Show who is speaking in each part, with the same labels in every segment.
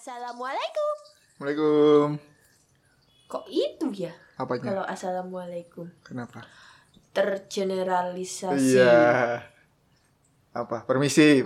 Speaker 1: Assalamualaikum.
Speaker 2: Waalaikumsalam.
Speaker 1: Kok itu ya?
Speaker 2: Apanya?
Speaker 1: Kalau assalamualaikum
Speaker 2: Kenapa?
Speaker 1: tergeneralisasi.
Speaker 2: Iya. Apa? Permisi.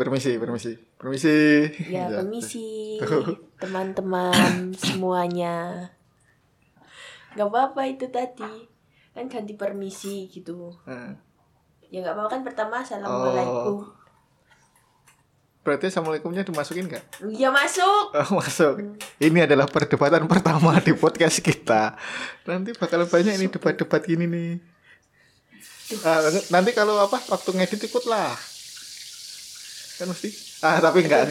Speaker 1: Ya,
Speaker 2: Iya.
Speaker 1: permisi
Speaker 2: Tuh.
Speaker 1: teman-teman semuanya. Gak apa-apa itu tadi. Kan ganti permisi gitu. Ya gak apa-apa kan pertama assalamualaikum.
Speaker 2: Berarti assalamualaikumnya dimasukin nggak?
Speaker 1: Ya masuk.
Speaker 2: Oh, masuk. Ini adalah perdebatan pertama di podcast kita. Nanti bakal banyak ini debat-debat gini nih. Nanti kalau waktu ngedit ikut lah. Kan mesti. Tapi enggak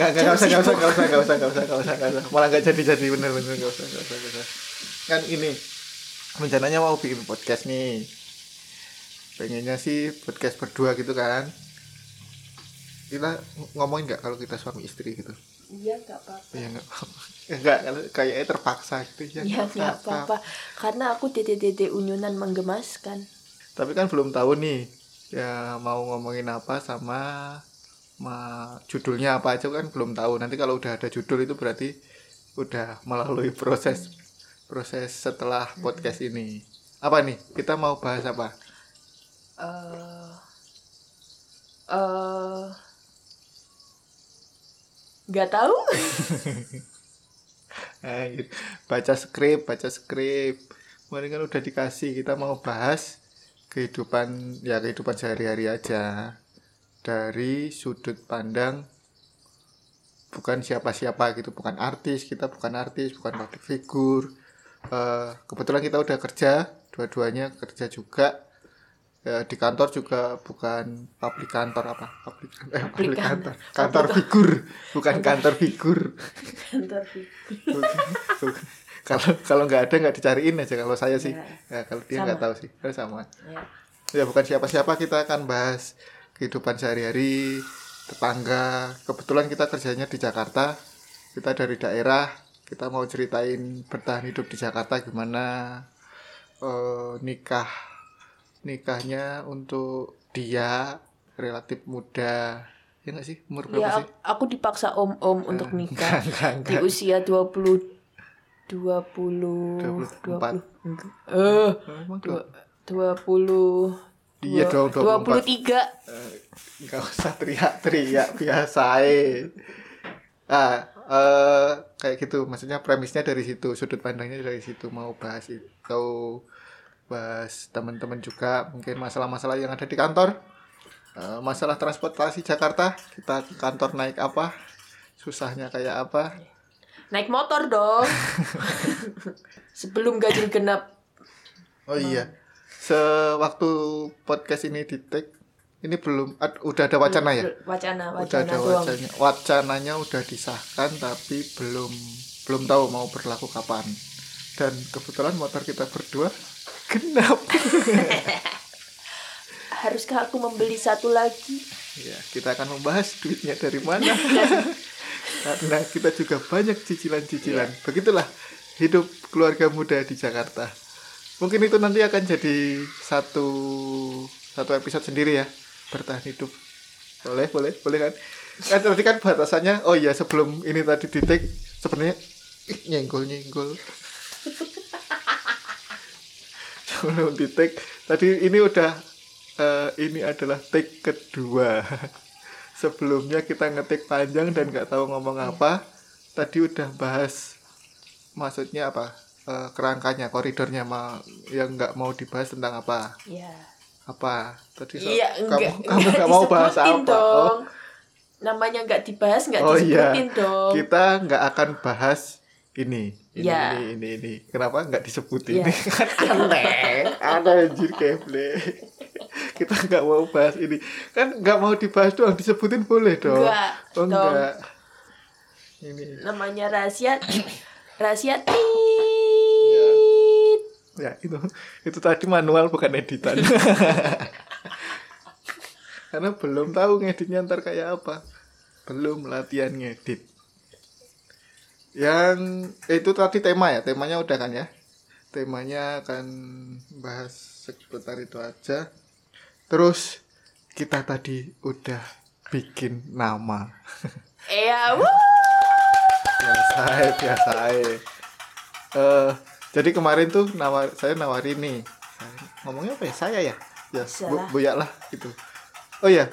Speaker 2: usah. Malah enggak jadi bener enggak usah. Kan ini rencananya mau bikin podcast nih. Pengennya sih podcast berdua gitu kan. Kita ngomongin nggak kalau kita suami istri gitu?
Speaker 1: Iya nggak apa-apa.
Speaker 2: Iya nggak apa-apa. Nggak, kayaknya terpaksa gitu ya.
Speaker 1: Iya nggak apa-apa. Karena aku dede unyunan menggemaskan.
Speaker 2: Tapi kan belum tahu nih ya mau ngomongin apa sama judulnya apa aja kan belum tahu. Nanti kalau udah ada judul itu berarti udah melalui proses setelah podcast ini. Apa nih? Kita mau bahas apa?
Speaker 1: Nggak tahu.
Speaker 2: Gitu. Baca skrip. Kemarin kan udah dikasih, kita mau bahas kehidupan sehari-hari aja dari sudut pandang bukan siapa-siapa gitu, bukan artis, bukan public figure. Kebetulan kita udah kerja, dua-duanya kerja juga. Di kantor juga bukan public kantor kantor figur, bukan kantor figur. Kalau nggak ada nggak dicariin aja kalau saya sih. Ya, kalau dia nggak tahu sih, sama. Ya bukan siapa-siapa, kita akan bahas kehidupan sehari-hari tetangga. Kebetulan kita kerjanya di Jakarta, kita dari daerah, kita mau ceritain bertahan hidup di Jakarta gimana. Nikahnya untuk dia relatif muda. Ya enggak sih? Umur berapa sih?
Speaker 1: Aku dipaksa om untuk nikah. Enggak. Di usia 24.
Speaker 2: Iya dong,
Speaker 1: 23.
Speaker 2: Enggak usah teriak biasa kayak gitu. Maksudnya premisnya dari situ, sudut pandangnya dari situ. Mau bahas itu, bahas teman-teman juga mungkin masalah-masalah yang ada di kantor, masalah transportasi Jakarta, kita ke kantor naik apa, susahnya kayak apa.
Speaker 1: Naik motor dong. Sebelum ganjil genap.
Speaker 2: Oh iya, sewaktu podcast ini di take, ini belum udah ada wacana ya?
Speaker 1: Wacana
Speaker 2: udah ada wacananya udah disahkan, tapi belum tahu mau berlaku kapan. Dan kebetulan motor kita berdua genap.
Speaker 1: Haruskah aku membeli satu lagi?
Speaker 2: Ya, kita akan membahas duitnya dari mana. Karena kita juga banyak cicilan. Begitulah hidup keluarga muda di Jakarta. Mungkin itu nanti akan jadi satu episode sendiri ya, bertahan hidup. Boleh kan? Kan tadi kan batasannya. Oh iya, sebelum ini tadi di take sebenarnya nyenggol. Sebelum di take tadi ini udah ini adalah take kedua. Sebelumnya kita ngetik panjang dan nggak tahu ngomong apa. Tadi udah bahas, maksudnya apa, kerangkanya, koridornya yang nggak mau dibahas tentang apa.
Speaker 1: Iya.
Speaker 2: Apa tadi?
Speaker 1: Kamu
Speaker 2: nggak mau bahas apa?
Speaker 1: Dong. Namanya nggak dibahas nggak disebutin dong.
Speaker 2: Kita nggak akan bahas ini. Kenapa nggak disebutin? Ini kan aneh anjir keble. Kita nggak mau bahas ini, kan nggak mau dibahas doang, disebutin boleh dong. Enggak. Ini
Speaker 1: namanya rahasia tit.
Speaker 2: Ya itu tadi manual bukan editan. Karena belum tahu ngeditnya ntar kayak apa, belum latihan ngedit. Yang itu tadi temanya udah kan ya, temanya akan bahas seputar itu aja. Terus kita tadi udah bikin nama. Biasa. Jadi kemarin tuh saya nawarin nih. Ngomongnya apa ya? Saya ya? Ya, Buya lah gitu. Oh ya,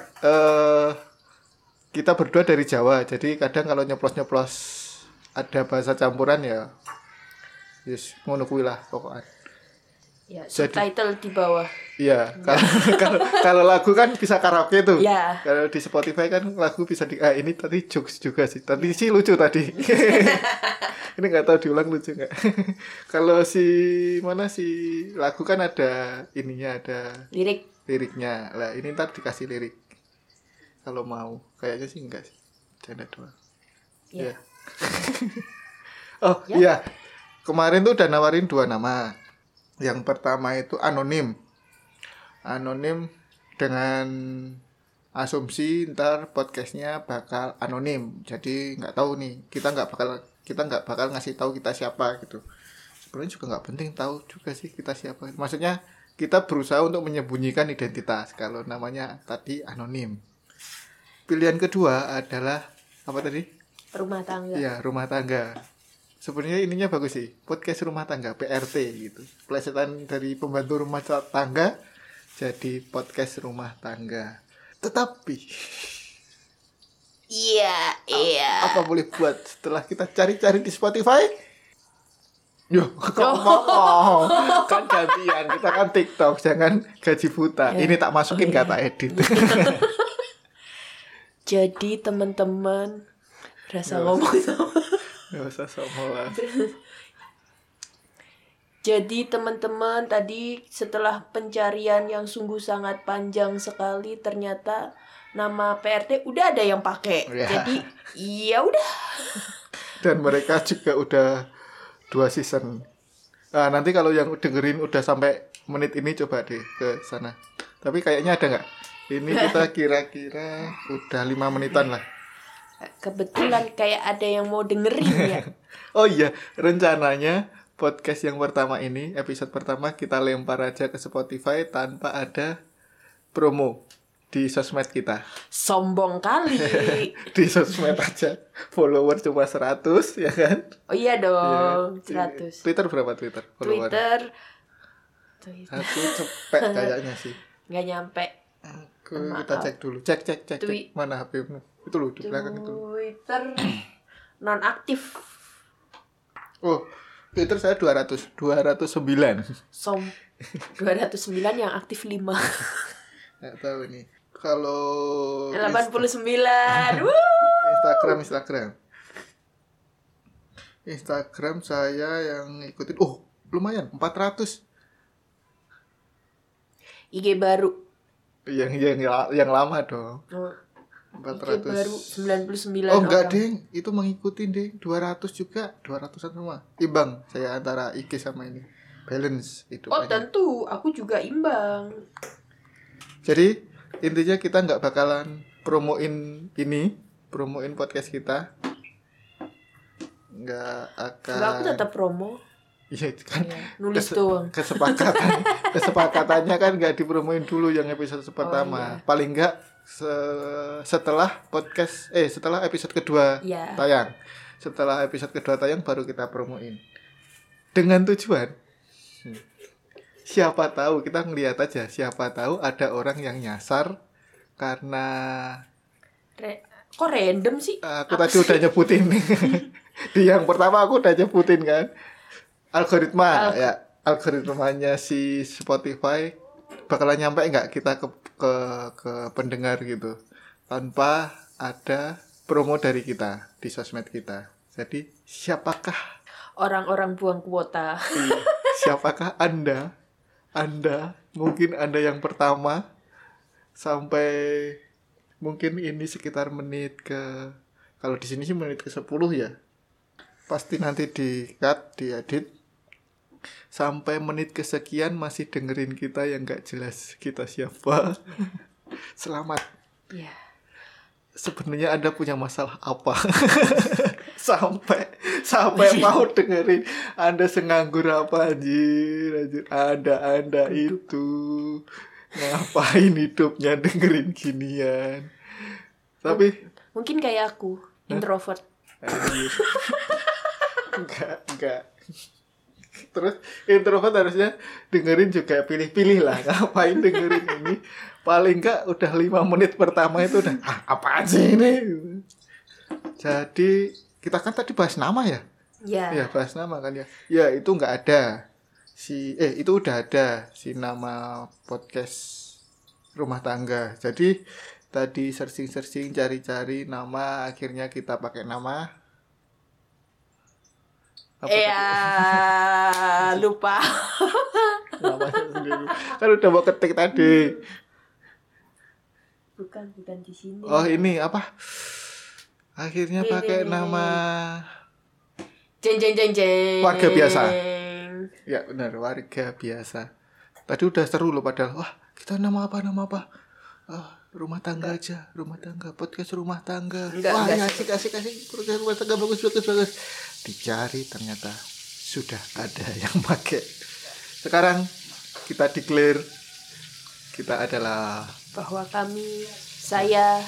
Speaker 2: kita berdua dari Jawa. Jadi kadang kalau nyoplos ada bahasa campuran ya. Yes, ngono kuwi lah pokoknya.
Speaker 1: Ya, subtitle di bawah.
Speaker 2: Iya, kalau lagu kan bisa karaoke tuh.
Speaker 1: Ya.
Speaker 2: Kalau di Spotify kan lagu bisa ini tadi jokes juga sih. Tadi sih lucu tadi. Ini nggak tahu diulang lucu nggak? Kalau si lagu kan ada ininya, ada liriknya. Lah ini ntar dikasih lirik. Kalau mau, kayaknya sih enggak sih. Canda doang. Iya. Oh iya, kemarin tuh udah nawarin 2 nama. Yang pertama itu anonim dengan asumsi ntar podcastnya bakal anonim. Jadi nggak tahu nih, kita nggak bakal ngasih tahu kita siapa gitu. Sebenarnya juga nggak penting tahu juga sih kita siapa. Maksudnya kita berusaha untuk menyembunyikan identitas kalau namanya tadi anonim. Pilihan kedua adalah apa tadi?
Speaker 1: Rumah tangga.
Speaker 2: Iya, rumah tangga. Sebenarnya ininya bagus sih, podcast rumah tangga, PRT gitu. Plesetan dari pembantu rumah tangga jadi podcast rumah tangga. Tetapi apa boleh buat setelah kita cari-cari di Spotify? Yo, mau kan gantian, kita kan TikTok, jangan gaji buta. Ini tak masukin kata edit.
Speaker 1: Jadi teman-teman rasa ngomong sama.
Speaker 2: Gak usah sombong.
Speaker 1: Jadi teman-teman tadi setelah pencarian yang sungguh sangat panjang sekali ternyata nama PRT udah ada yang pakai. Ya. Jadi ya udah.
Speaker 2: Dan mereka juga udah 2 season. Nah, nanti kalau yang dengerin udah sampai menit ini coba deh ke sana. Tapi kayaknya ada nggak? Ini kita kira-kira udah 5 menitan lah.
Speaker 1: Kebetulan kayak ada yang mau dengerin ya.
Speaker 2: Oh iya, rencananya podcast yang pertama ini, episode pertama kita lempar aja ke Spotify tanpa ada promo di sosmed kita.
Speaker 1: Sombong kali.
Speaker 2: Di sosmed aja. Follower cuma 100 ya kan?
Speaker 1: Oh iya dong, ya, 100.
Speaker 2: Twitter berapa Twitter?
Speaker 1: Twitter.
Speaker 2: Aku cepet kayaknya sih.
Speaker 1: Nggak nyampe.
Speaker 2: Kita cek dulu. Cek. Mana HP-mu? Itu loh di belakang itu.
Speaker 1: Twitter nonaktif.
Speaker 2: Oh, Twitter saya 209.
Speaker 1: 209 yang aktif 5.
Speaker 2: Nggak tahu nih. Kalau
Speaker 1: 89.
Speaker 2: Instagram saya yang ikutin. Oh, lumayan 400.
Speaker 1: IG baru.
Speaker 2: Yang lama dong.
Speaker 1: 400. IG baru 99.
Speaker 2: Oh enggak, Deng. Itu mengikutin, Deng. 200 juga. 200-an semua. Imbang saya antara IG sama ini. Balance itu.
Speaker 1: Oh, tentu. Aku juga imbang.
Speaker 2: Jadi, intinya kita enggak bakalan promoin podcast kita. Enggak akan.
Speaker 1: Enggak, aku tetap promo.
Speaker 2: Iya kan
Speaker 1: nulis doang.
Speaker 2: Kesepakatannya kan nggak dipromoin dulu yang episode pertama. Iya. Paling nggak setelah episode kedua tayang. Setelah episode kedua tayang baru kita promoin. Dengan tujuan siapa tahu, kita ngeliat aja, siapa tahu ada orang yang nyasar karena
Speaker 1: kok random sih?
Speaker 2: Aku tadi udah nyebutin. Di yang pertama aku udah nyebutin kan. Algoritmanya si Spotify bakalan nyampe nggak kita ke pendengar gitu tanpa ada promo dari kita di sosmed kita. Jadi siapakah
Speaker 1: orang-orang buang kuota?
Speaker 2: Siapakah Anda? Mungkin Anda yang pertama sampai mungkin ini sekitar menit ke, kalau di sini sih menit ke 10 ya. Pasti nanti di-cut, diedit. Sampai menit kesekian masih dengerin kita yang gak jelas kita siapa. Selamat.
Speaker 1: Yeah.
Speaker 2: Sebenarnya Anda punya masalah apa? sampai mau dengerin. Anda senganggur apa anjir. Anda itu ngapain hidupnya dengerin ginian. Tapi
Speaker 1: mungkin kayak aku, introvert.
Speaker 2: Enggak. Terus introvert harusnya dengerin juga pilih-pilih lah. Ngapain dengerin ini? Paling enggak udah 5 menit pertama itu udah apaan sih ini? Jadi kita kan tadi bahas nama ya? Iya, bahas nama kan ya. Ya, itu enggak ada. Itu udah ada si nama podcast Rumah Tangga. Jadi tadi searching cari-cari nama, akhirnya kita pakai nama
Speaker 1: lupa.
Speaker 2: Namanya sendiri. Kan udah mau ketik tadi.
Speaker 1: Bukan di sini.
Speaker 2: Oh, ini apa? Akhirnya pakai nama
Speaker 1: Jeng.
Speaker 2: Warga biasa. Ya benar, warga biasa. Tadi udah seru loh padahal. Wah, kita nama apa? Rumah tangga aja, rumah tangga, podcast rumah tangga. Wah, ya asik, podcast rumah tangga bagus. Dicari ternyata sudah ada yang pakai. Sekarang kita declare kita adalah
Speaker 1: bahwa saya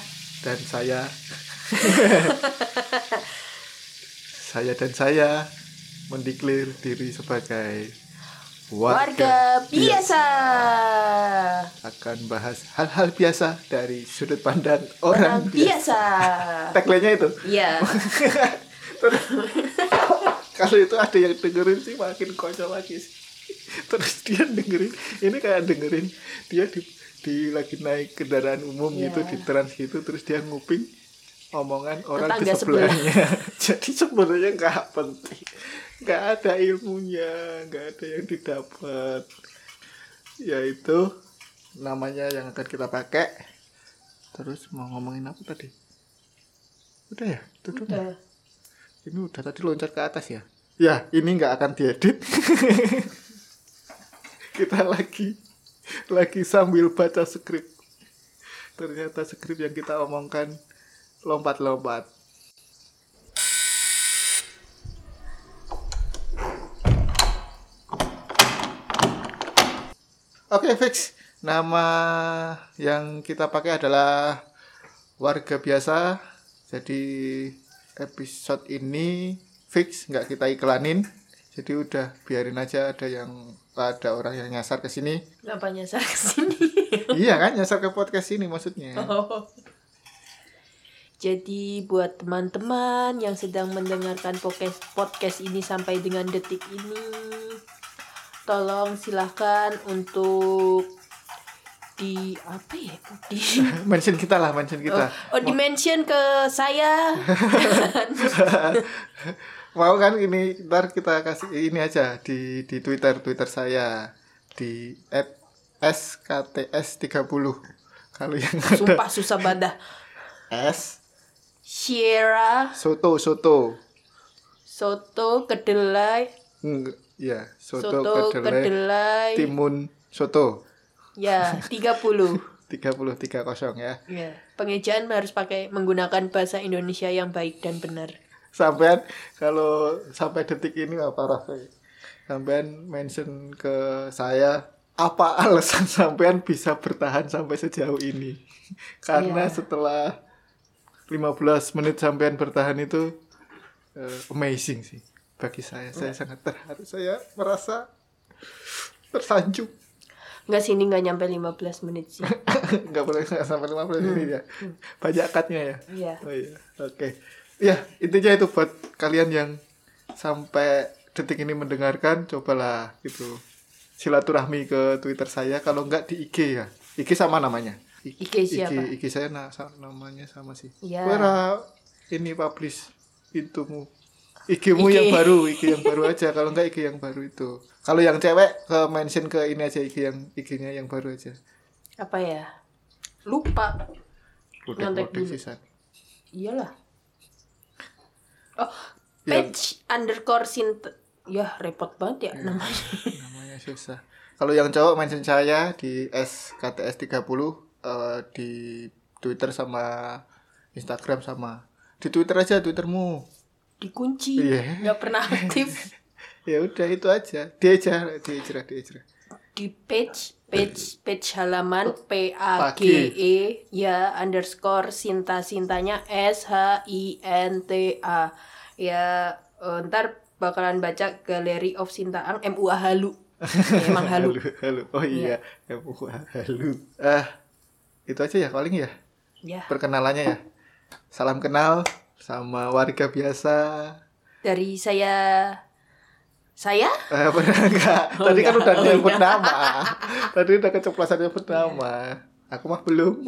Speaker 2: dan saya mendeklar diri sebagai
Speaker 1: warga biasa.
Speaker 2: Akan bahas hal-hal biasa dari sudut pandang orang biasa. Tagline-nya itu.
Speaker 1: Iya.
Speaker 2: Kalau itu ada yang dengerin sih makin konyol lagi sih. Terus dia dengerin, ini kayak dengerin dia di lagi naik kendaraan umum gitu, di trans gitu, terus dia nguping omongan orang di sebelahnya. Jadi sebenarnya nggak penting, nggak ada ilmunya, nggak ada yang didapat. Yaitu namanya yang akan kita pakai. Terus mau ngomongin apa tadi? Udah ya? Udah. Ini udah tadi loncat ke atas ya? Ya, ini nggak akan diedit. Kita lagi sambil baca skrip. Ternyata skrip yang kita omongkan lompat-lompat. Oke, fix. Nama yang kita pakai adalah warga biasa. Jadi episode ini fix nggak kita iklanin, jadi udah biarin aja ada orang yang nyasar ke sini.
Speaker 1: Ngapa nyasar ke sini?
Speaker 2: Iya kan, nyasar ke podcast ini maksudnya.
Speaker 1: Oh. Jadi buat teman-teman yang sedang mendengarkan podcast ini sampai dengan detik ini, tolong silahkan untuk
Speaker 2: mention kita.
Speaker 1: Di mention ke saya.
Speaker 2: Mau kan ini ntar kita kasih ini aja di Twitter saya di @skts30. Kalau yang ada
Speaker 1: sumpah susah badah. Sierra
Speaker 2: Soto
Speaker 1: kedelai.
Speaker 2: Ya, soto kedelai timun soto.
Speaker 1: Ya, 30
Speaker 2: ya.
Speaker 1: Ya, pengejaan harus menggunakan bahasa Indonesia yang baik dan benar.
Speaker 2: Sampean kalau sampai detik ini apa rasanya? Sampean mention ke saya, apa alasan sampean bisa bertahan sampai sejauh ini? Karena setelah 15 menit sampean bertahan itu amazing sih bagi saya. Saya sangat terharu. Saya merasa tersanjung.
Speaker 1: Enggak sih, ini enggak nyampe 15 menit sih.
Speaker 2: Enggak boleh sampai 15 menit ya. Banyak cutnya ya.
Speaker 1: Iya.
Speaker 2: Oh iya. Oke. Ya, intinya itu buat kalian yang sampai detik ini mendengarkan, cobalah gitu silaturahmi ke Twitter saya, kalau enggak di IG ya. IG sama namanya.
Speaker 1: IG siapa?
Speaker 2: IG saya namanya sama sih.
Speaker 1: Ya.
Speaker 2: Ini publish intumu. IG-mu yang baru aja, kalau enggak IG yang baru itu. Kalau yang cewek ke mention ke ini aja IG-nya yang baru aja.
Speaker 1: Apa ya? Lupa.
Speaker 2: Udah sisan.
Speaker 1: Iyalah. Oh, page _ ya repot banget ya namanya.
Speaker 2: Namanya susah. Kalau yang cowok mention saya di @skts30 di Twitter sama Instagram sama. Di Twitter aja, Twittermu
Speaker 1: dikunci, nggak pernah aktif.
Speaker 2: Ya udah itu aja, diajar.
Speaker 1: Di page halaman PAGE ya _Sinta, Sintanya SHINTA ya. Ntar bakalan baca Gallery of Sintaang MUA Halu. Emang halu.
Speaker 2: Halu. Oh iya, MUA Halu. Itu aja ya paling ya.
Speaker 1: Ya.
Speaker 2: Perkenalannya ya. Salam kenal sama warga biasa.
Speaker 1: Dari saya.
Speaker 2: Pernah enggak? Tadi kan udah nyebut nama. Tadi udah keceplosan nyebut nama. Aku mah belum.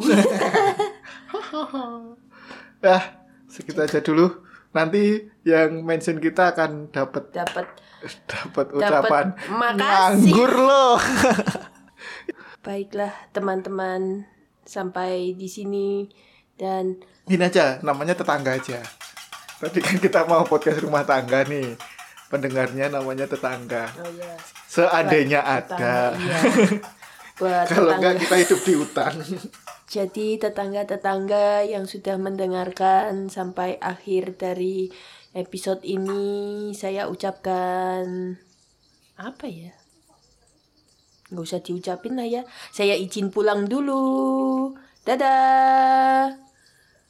Speaker 2: Segitu aja dulu. Nanti yang mention kita akan dapat ucapan
Speaker 1: makasih.
Speaker 2: Nganggur loh.
Speaker 1: Baiklah teman-teman, sampai di sini dan
Speaker 2: ini aja namanya tetangga aja. Tadi kan kita mau podcast rumah tangga nih. Pendengarnya namanya tetangga.
Speaker 1: Oh iya.
Speaker 2: Seandainya ada.
Speaker 1: Iya.
Speaker 2: Kalau enggak kita hidup di hutan.
Speaker 1: Jadi tetangga-tetangga yang sudah mendengarkan sampai akhir dari episode ini, saya ucapkan apa ya? Nggak usah diucapin lah ya. Saya izin pulang dulu. Dadah.